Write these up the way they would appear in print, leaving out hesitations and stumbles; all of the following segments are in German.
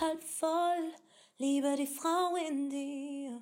voll, liebe die Frau in dir.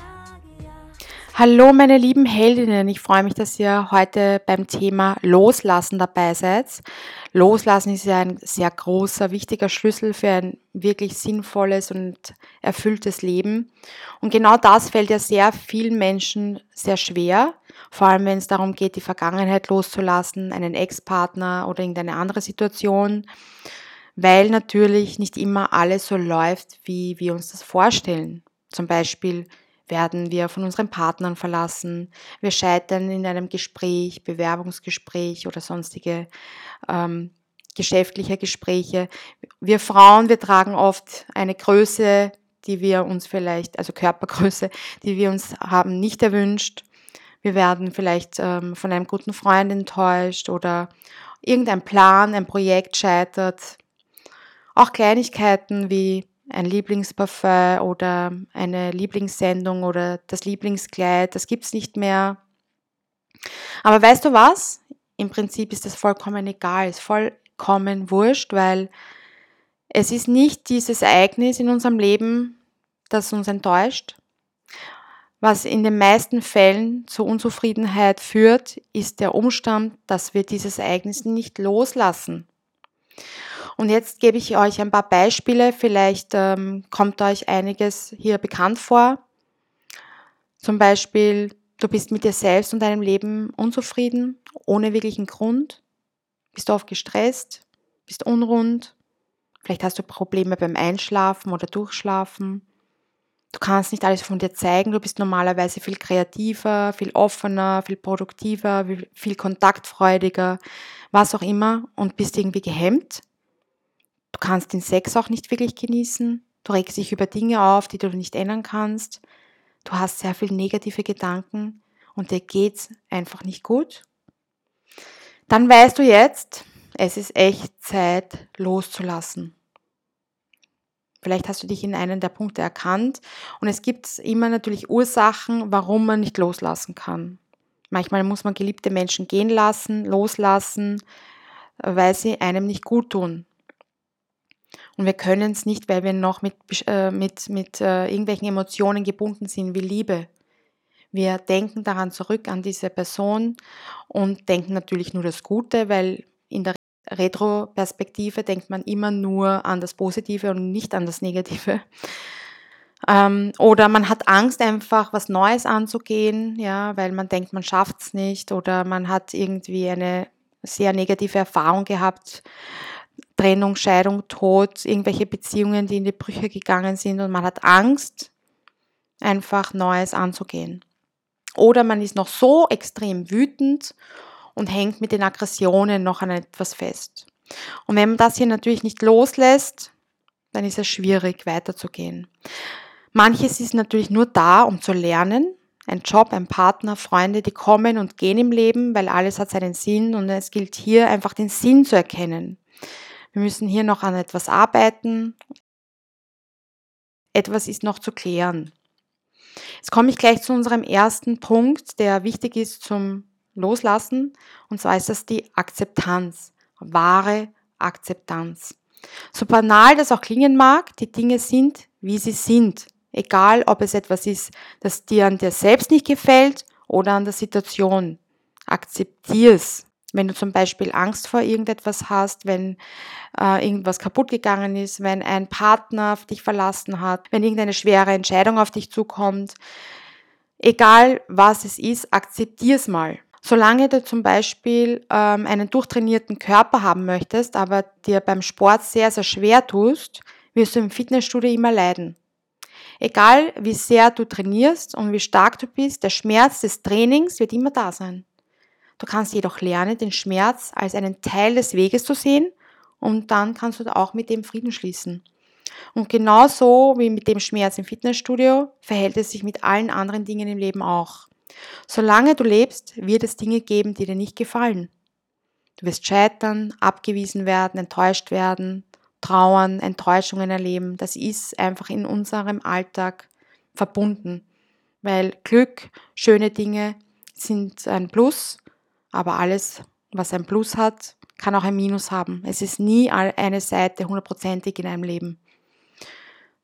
Hallo meine lieben Heldinnen, ich freue mich, dass ihr heute beim Thema Loslassen dabei seid. Loslassen ist ja ein sehr großer, wichtiger Schlüssel für ein wirklich sinnvolles und erfülltes Leben. Und genau das fällt ja sehr vielen Menschen sehr schwer, vor allem wenn es darum geht, die Vergangenheit loszulassen, einen Ex-Partner oder irgendeine andere Situation, weil natürlich nicht immer alles so läuft, wie wir uns das vorstellen. Zum Beispiel werden wir von unseren Partnern verlassen, wir scheitern in einem Gespräch, Bewerbungsgespräch oder sonstige geschäftliche Gespräche. Wir Frauen, wir tragen oft eine Größe, die wir uns vielleicht, also Körpergröße, die wir uns haben nicht erwünscht. Wir werden vielleicht von einem guten Freund enttäuscht oder irgendein Plan, ein Projekt scheitert. Auch Kleinigkeiten wie ein Lieblingsparfum oder eine Lieblingssendung oder das Lieblingskleid, das gibt's nicht mehr. Aber weißt du was? Im Prinzip ist das vollkommen egal, ist vollkommen wurscht, weil es ist nicht dieses Ereignis in unserem Leben, das uns enttäuscht. Was in den meisten Fällen zur Unzufriedenheit führt, ist der Umstand, dass wir dieses Ereignis nicht loslassen. Und jetzt gebe ich euch ein paar Beispiele, vielleicht kommt euch einiges hier bekannt vor. Zum Beispiel, du bist mit dir selbst und deinem Leben unzufrieden, ohne wirklichen Grund, bist oft gestresst, bist unrund, vielleicht hast du Probleme beim Einschlafen oder Durchschlafen. Du kannst nicht alles von dir zeigen, du bist normalerweise viel kreativer, viel offener, viel produktiver, viel kontaktfreudiger, was auch immer und bist irgendwie gehemmt. Du kannst den Sex auch nicht wirklich genießen. Du regst dich über Dinge auf, die du nicht ändern kannst. Du hast sehr viele negative Gedanken und dir geht's einfach nicht gut. Dann weißt du jetzt, es ist echt Zeit loszulassen. Vielleicht hast du dich in einem der Punkte erkannt und es gibt immer natürlich Ursachen, warum man nicht loslassen kann. Manchmal muss man geliebte Menschen gehen lassen, loslassen, weil sie einem nicht gut tun. Und wir können es nicht, weil wir noch mit irgendwelchen Emotionen gebunden sind, wie Liebe. Wir denken daran zurück an diese Person und denken natürlich nur das Gute, weil in der Retroperspektive denkt man immer nur an das Positive und nicht an das Negative. Oder man hat Angst, einfach was Neues anzugehen, ja, weil man denkt, man schafft es nicht oder man hat irgendwie eine sehr negative Erfahrung gehabt. Trennung, Scheidung, Tod, irgendwelche Beziehungen, die in die Brüche gegangen sind und man hat Angst, einfach Neues anzugehen. Oder man ist noch so extrem wütend und hängt mit den Aggressionen noch an etwas fest. Und wenn man das hier natürlich nicht loslässt, dann ist es schwierig weiterzugehen. Manches ist natürlich nur da, um zu lernen. Ein Job, ein Partner, Freunde, die kommen und gehen im Leben, weil alles hat seinen Sinn und es gilt hier einfach den Sinn zu erkennen. Wir müssen hier noch an etwas arbeiten. Etwas ist noch zu klären. Jetzt komme ich gleich zu unserem ersten Punkt, der wichtig ist zum Loslassen. Und zwar ist das die Akzeptanz. Wahre Akzeptanz. So banal das auch klingen mag, die Dinge sind, wie sie sind. Egal, ob es etwas ist, das dir an dir selbst nicht gefällt oder an der Situation. Akzeptier es. Wenn du zum Beispiel Angst vor irgendetwas hast, wenn irgendwas kaputt gegangen ist, wenn ein Partner dich verlassen hat, wenn irgendeine schwere Entscheidung auf dich zukommt, egal was es ist, akzeptier es mal. Solange du zum Beispiel einen durchtrainierten Körper haben möchtest, aber dir beim Sport sehr, sehr schwer tust, wirst du im Fitnessstudio immer leiden. Egal wie sehr du trainierst und wie stark du bist, der Schmerz des Trainings wird immer da sein. Du kannst jedoch lernen, den Schmerz als einen Teil des Weges zu sehen und dann kannst du auch mit dem Frieden schließen. Und genauso wie mit dem Schmerz im Fitnessstudio verhält es sich mit allen anderen Dingen im Leben auch. Solange du lebst, wird es Dinge geben, die dir nicht gefallen. Du wirst scheitern, abgewiesen werden, enttäuscht werden, trauern, Enttäuschungen erleben. Das ist einfach in unserem Alltag verbunden, weil Glück, schöne Dinge sind ein Plus, aber alles, was ein Plus hat, kann auch ein Minus haben. Es ist nie eine Seite hundertprozentig in einem Leben.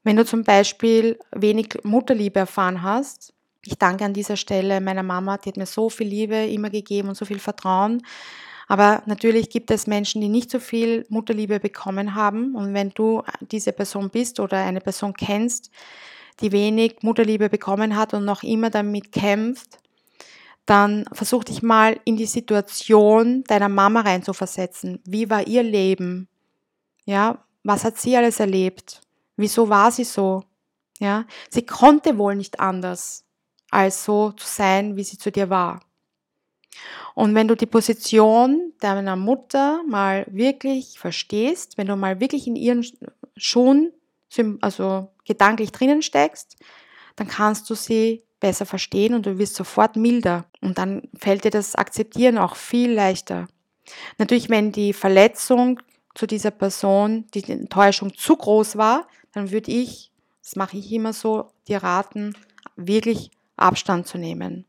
Wenn du zum Beispiel wenig Mutterliebe erfahren hast, ich danke an dieser Stelle meiner Mama, die hat mir so viel Liebe immer gegeben und so viel Vertrauen. Aber natürlich gibt es Menschen, die nicht so viel Mutterliebe bekommen haben. Und wenn du diese Person bist oder eine Person kennst, die wenig Mutterliebe bekommen hat und noch immer damit kämpft, dann versuch dich mal in die Situation deiner Mama reinzuversetzen. Wie war ihr Leben? Ja, was hat sie alles erlebt? Wieso war sie so? Ja, sie konnte wohl nicht anders, als so zu sein, wie sie zu dir war. Und wenn du die Position deiner Mutter mal wirklich verstehst, wenn du mal wirklich in ihren Schuhen, also gedanklich drinnen steckst, dann kannst du sie besser verstehen und du wirst sofort milder. Und dann fällt dir das Akzeptieren auch viel leichter. Natürlich, wenn die Verletzung zu dieser Person, die Enttäuschung zu groß war, dann würde ich, das mache ich immer so, dir raten, wirklich Abstand zu nehmen.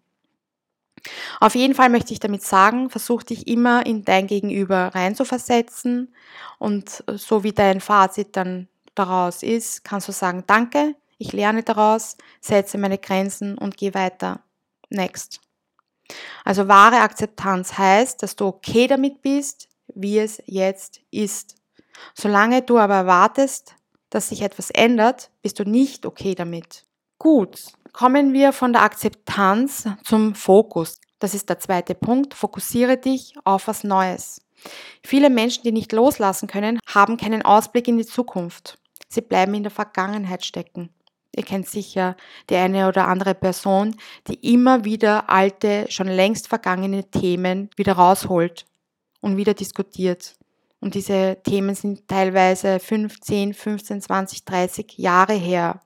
Auf jeden Fall möchte ich damit sagen, versuch dich immer in dein Gegenüber reinzuversetzen und so wie dein Fazit dann daraus ist, kannst du sagen, danke, ich lerne daraus, setze meine Grenzen und gehe weiter. Next. Also wahre Akzeptanz heißt, dass du okay damit bist, wie es jetzt ist. Solange du aber erwartest, dass sich etwas ändert, bist du nicht okay damit. Gut, kommen wir von der Akzeptanz zum Fokus. Das ist der zweite Punkt. Fokussiere dich auf was Neues. Viele Menschen, die nicht loslassen können, haben keinen Ausblick in die Zukunft. Sie bleiben in der Vergangenheit stecken. Ihr kennt sicher die eine oder andere Person, die immer wieder alte, schon längst vergangene Themen wieder rausholt und wieder diskutiert. Und diese Themen sind teilweise 5, 10, 15, 20, 30 Jahre her.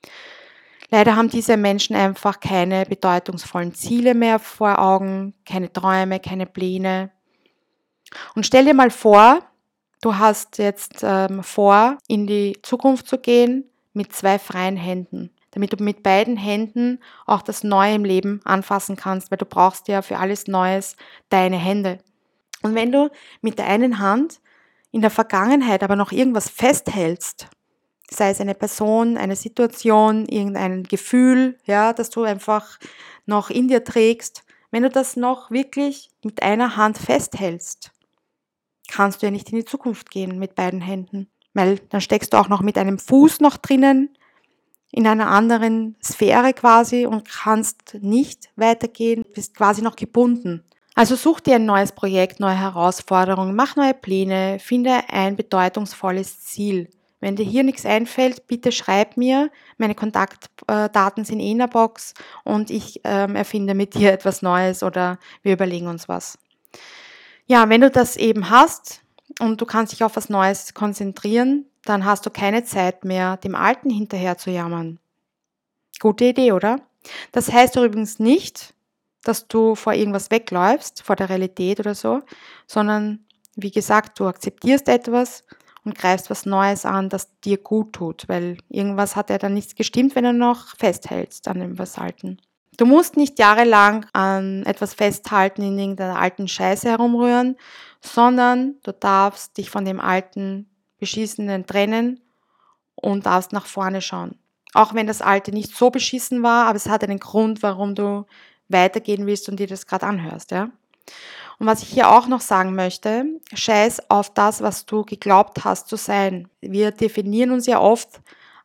Leider haben diese Menschen einfach keine bedeutungsvollen Ziele mehr vor Augen, keine Träume, keine Pläne. Und stell dir mal vor, du hast jetzt vor, in die Zukunft zu gehen mit 2 freien Händen, damit du mit beiden Händen auch das Neue im Leben anfassen kannst, weil du brauchst ja für alles Neues deine Hände. Und wenn du mit der einen Hand in der Vergangenheit aber noch irgendwas festhältst, sei es eine Person, eine Situation, irgendein Gefühl, ja, das du einfach noch in dir trägst, wenn du das noch wirklich mit einer Hand festhältst, kannst du ja nicht in die Zukunft gehen mit beiden Händen, weil dann steckst du auch noch mit einem Fuß noch drinnen, in einer anderen Sphäre quasi und kannst nicht weitergehen, bist quasi noch gebunden. Also such dir ein neues Projekt, neue Herausforderungen, mach neue Pläne, finde ein bedeutungsvolles Ziel. Wenn dir hier nichts einfällt, bitte schreib mir. Meine Kontaktdaten sind in der Box und ich erfinde mit dir etwas Neues oder wir überlegen uns was. Ja, wenn du das eben hast und du kannst dich auf was Neues konzentrieren, dann hast du keine Zeit mehr, dem Alten hinterher zu jammern. Gute Idee, oder? Das heißt übrigens nicht, dass du vor irgendwas wegläufst, vor der Realität oder so, sondern wie gesagt, du akzeptierst etwas und greifst was Neues an, das dir gut tut, weil irgendwas hat ja dann nicht gestimmt, wenn du noch festhältst an etwas Alten. Du musst nicht jahrelang an etwas festhalten, in irgendeiner alten Scheiße herumrühren, sondern du darfst dich von dem alten Beschissenen trennen und darfst nach vorne schauen. Auch wenn das Alte nicht so beschissen war, aber es hat einen Grund, warum du weitergehen willst und dir das gerade anhörst, ja. Und was ich hier auch noch sagen möchte, scheiß auf das, was du geglaubt hast zu sein. Wir definieren uns ja oft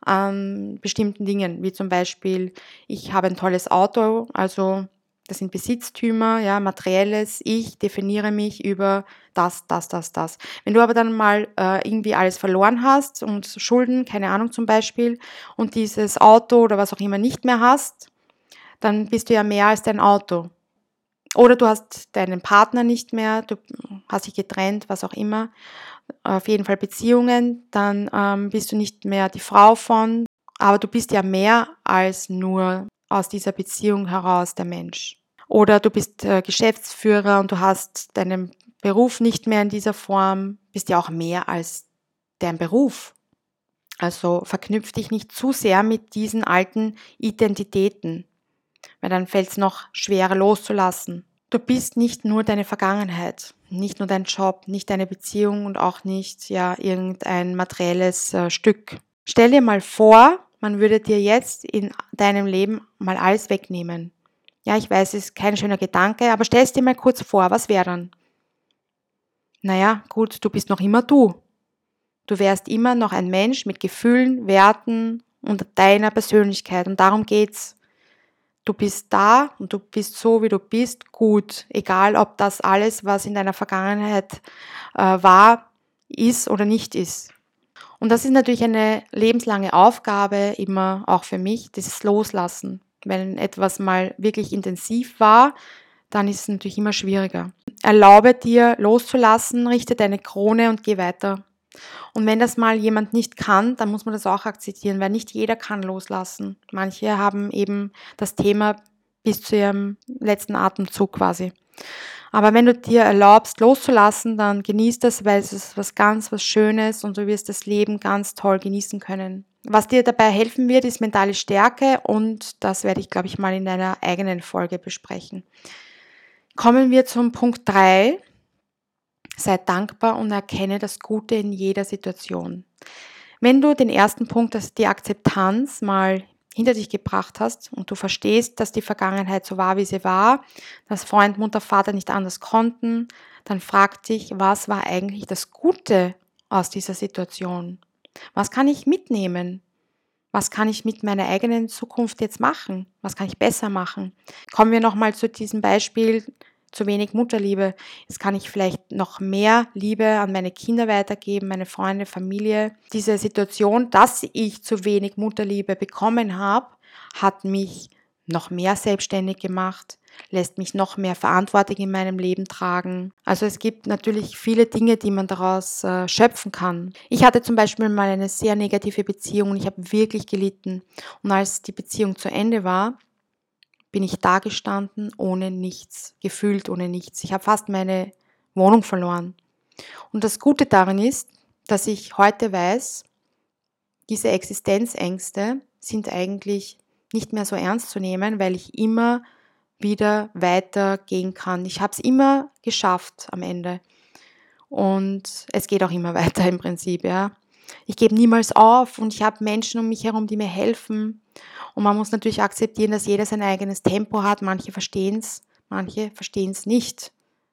an bestimmten Dingen, wie zum Beispiel, ich habe ein tolles Auto, also das sind Besitztümer, ja, materielles, ich definiere mich über das. Wenn du aber dann mal irgendwie alles verloren hast und Schulden, keine Ahnung zum Beispiel, und dieses Auto oder was auch immer nicht mehr hast, dann bist du ja mehr als dein Auto. Oder du hast deinen Partner nicht mehr, du hast dich getrennt, was auch immer, auf jeden Fall Beziehungen, dann bist du nicht mehr die Frau von, aber du bist ja mehr als nur aus dieser Beziehung heraus der Mensch. Oder du bist Geschäftsführer und du hast deinen Beruf nicht mehr in dieser Form, bist ja auch mehr als dein Beruf. Also verknüpf dich nicht zu sehr mit diesen alten Identitäten, weil dann fällt es noch schwerer loszulassen. Du bist nicht nur deine Vergangenheit, nicht nur dein Job, nicht deine Beziehung und auch nicht ja irgendein materielles Stück. Stell dir mal vor, man würde dir jetzt in deinem Leben mal alles wegnehmen. Ja, ich weiß, es ist kein schöner Gedanke, aber stell es dir mal kurz vor, was wäre dann? Naja, gut, du bist noch immer du. Du wärst immer noch ein Mensch mit Gefühlen, Werten und deiner Persönlichkeit und darum geht's. Du bist da und du bist so, wie du bist, gut. Egal, ob das alles, was in deiner Vergangenheit war, ist oder nicht ist. Und das ist natürlich eine lebenslange Aufgabe, immer auch für mich, dieses Loslassen. Wenn etwas mal wirklich intensiv war, dann ist es natürlich immer schwieriger. Erlaube dir loszulassen, richte deine Krone und geh weiter. Und wenn das mal jemand nicht kann, dann muss man das auch akzeptieren, weil nicht jeder kann loslassen. Manche haben eben das Thema bis zu ihrem letzten Atemzug quasi. Aber wenn du dir erlaubst, loszulassen, dann genieß das, weil es ist was Schönes und du wirst das Leben ganz toll genießen können. Was dir dabei helfen wird, ist mentale Stärke und das werde ich, glaube ich, mal in einer eigenen Folge besprechen. Kommen wir zum Punkt 3. Sei dankbar und erkenne das Gute in jeder Situation. Wenn du den ersten Punkt, also die Akzeptanz, mal hinter dich gebracht hast und du verstehst, dass die Vergangenheit so war, wie sie war, dass Freund, Mutter, Vater nicht anders konnten, dann frag dich, was war eigentlich das Gute aus dieser Situation? Was kann ich mitnehmen? Was kann ich mit meiner eigenen Zukunft jetzt machen? Was kann ich besser machen? Kommen wir nochmal zu diesem Beispiel, zu wenig Mutterliebe. Jetzt kann ich vielleicht noch mehr Liebe an meine Kinder weitergeben, meine Freunde, Familie. Diese Situation, dass ich zu wenig Mutterliebe bekommen habe, hat mich noch mehr selbstständig gemacht, lässt mich noch mehr Verantwortung in meinem Leben tragen. Also es gibt natürlich viele Dinge, die man daraus schöpfen kann. Ich hatte zum Beispiel mal eine sehr negative Beziehung und ich habe wirklich gelitten. Und als die Beziehung zu Ende war, bin ich da gestanden ohne nichts, gefühlt ohne nichts. Ich habe fast meine Wohnung verloren. Und das Gute daran ist, dass ich heute weiß, diese Existenzängste sind eigentlich nicht mehr so ernst zu nehmen, weil ich immer wieder weitergehen kann. Ich habe es immer geschafft am Ende. Und es geht auch immer weiter im Prinzip, ja. Ich gebe niemals auf und ich habe Menschen um mich herum, die mir helfen. Und man muss natürlich akzeptieren, dass jeder sein eigenes Tempo hat. Manche verstehen es nicht.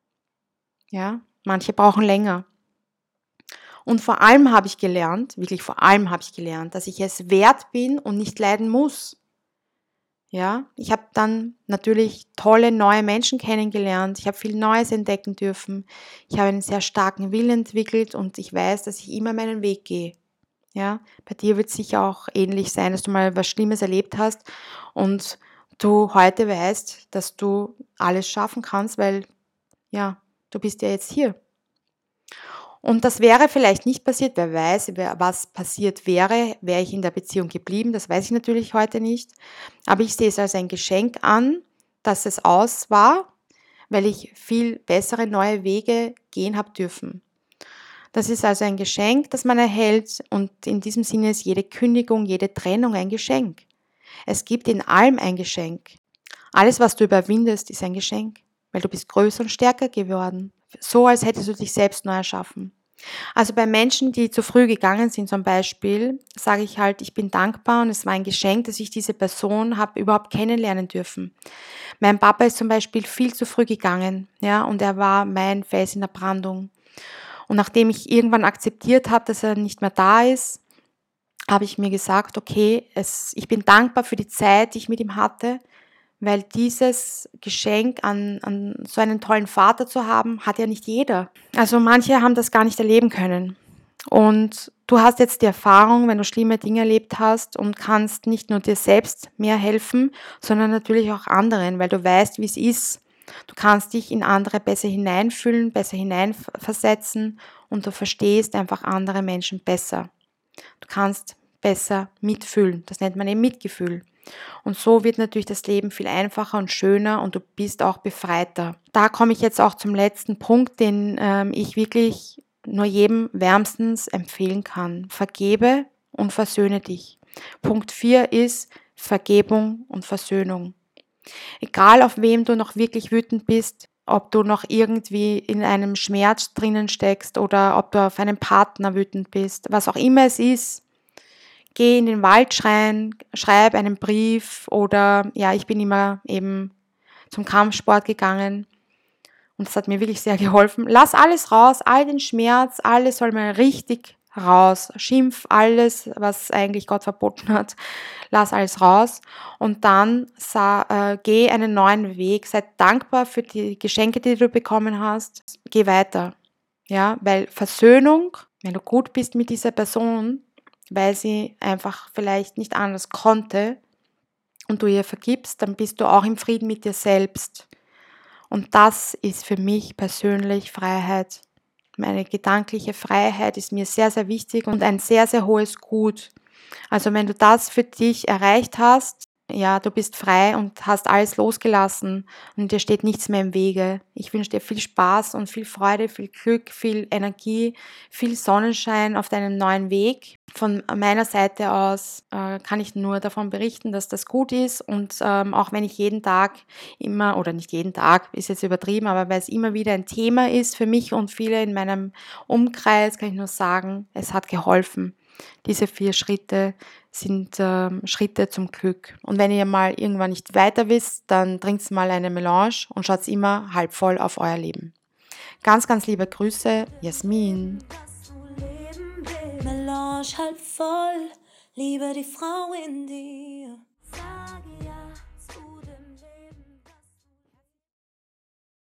Ja, manche brauchen länger. Und vor allem habe ich gelernt, wirklich vor allem habe ich gelernt, dass ich es wert bin und nicht leiden muss. Ja, ich habe dann natürlich tolle neue Menschen kennengelernt. Ich habe viel Neues entdecken dürfen. Ich habe einen sehr starken Willen entwickelt und ich weiß, dass ich immer meinen Weg gehe. Ja, bei dir wird es sicher auch ähnlich sein, dass du mal was Schlimmes erlebt hast und du heute weißt, dass du alles schaffen kannst, weil ja, du bist ja jetzt hier. Und das wäre vielleicht nicht passiert, wer weiß, was passiert wäre, wäre ich in der Beziehung geblieben, das weiß ich natürlich heute nicht. Aber ich sehe es als ein Geschenk an, dass es aus war, weil ich viel bessere neue Wege gehen habe dürfen. Das ist also ein Geschenk, das man erhält und in diesem Sinne ist jede Kündigung, jede Trennung ein Geschenk. Es gibt in allem ein Geschenk. Alles, was du überwindest, ist ein Geschenk, weil du bist größer und stärker geworden. So, als hättest du dich selbst neu erschaffen. Also bei Menschen, die zu früh gegangen sind zum Beispiel, sage ich halt, ich bin dankbar und es war ein Geschenk, dass ich diese Person habe überhaupt kennenlernen dürfen. Mein Papa ist zum Beispiel viel zu früh gegangen, ja, und er war mein Fels in der Brandung. Und nachdem ich irgendwann akzeptiert habe, dass er nicht mehr da ist, habe ich mir gesagt, okay, ich bin dankbar für die Zeit, die ich mit ihm hatte, weil dieses Geschenk an so einen tollen Vater zu haben, hat ja nicht jeder. Also manche haben das gar nicht erleben können. Und du hast jetzt die Erfahrung, wenn du schlimme Dinge erlebt hast und kannst nicht nur dir selbst mehr helfen, sondern natürlich auch anderen, weil du weißt, wie es ist. Du kannst dich in andere besser hineinfühlen, besser hineinversetzen und du verstehst einfach andere Menschen besser. Du kannst besser mitfühlen. Das nennt man eben Mitgefühl. Und so wird natürlich das Leben viel einfacher und schöner und du bist auch befreiter. Da komme ich jetzt auch zum letzten Punkt, den ich wirklich nur jedem wärmstens empfehlen kann. Vergebe und versöhne dich. Punkt 4 ist Vergebung und Versöhnung. Egal auf wem du noch wirklich wütend bist, ob du noch irgendwie in einem Schmerz drinnen steckst oder ob du auf einen Partner wütend bist, was auch immer es ist, geh in den Wald schreien, schreib einen Brief oder ja, ich bin immer eben zum Kampfsport gegangen und das hat mir wirklich sehr geholfen. Lass alles raus, all den Schmerz, alles soll mal richtig raus. Schimpf alles, was eigentlich Gott verboten hat, lass alles raus und dann geh einen neuen Weg. Sei dankbar für die Geschenke, die du bekommen hast. Geh weiter, ja, weil Versöhnung, wenn du gut bist mit dieser Person, weil sie einfach vielleicht nicht anders konnte und du ihr vergibst, dann bist du auch im Frieden mit dir selbst. Und das ist für mich persönlich Freiheit. Meine gedankliche Freiheit ist mir sehr, sehr wichtig und ein sehr, sehr hohes Gut. Also wenn du das für dich erreicht hast, ja, du bist frei und hast alles losgelassen und dir steht nichts mehr im Wege. Ich wünsche dir viel Spaß und viel Freude, viel Glück, viel Energie, viel Sonnenschein auf deinem neuen Weg. Von meiner Seite aus kann ich nur davon berichten, dass das gut ist und auch wenn ich jeden Tag immer, oder nicht jeden Tag, ist jetzt übertrieben, aber weil es immer wieder ein Thema ist für mich und viele in meinem Umkreis, kann ich nur sagen, es hat geholfen. Diese 4 Schritte sind Schritte zum Glück. Und wenn ihr mal irgendwann nicht weiter wisst, dann trinkt mal eine Melange und schaut immer halb voll auf euer Leben. Ganz, ganz liebe Grüße, Jasmin. Melange halb voll, liebe die Frau in dir.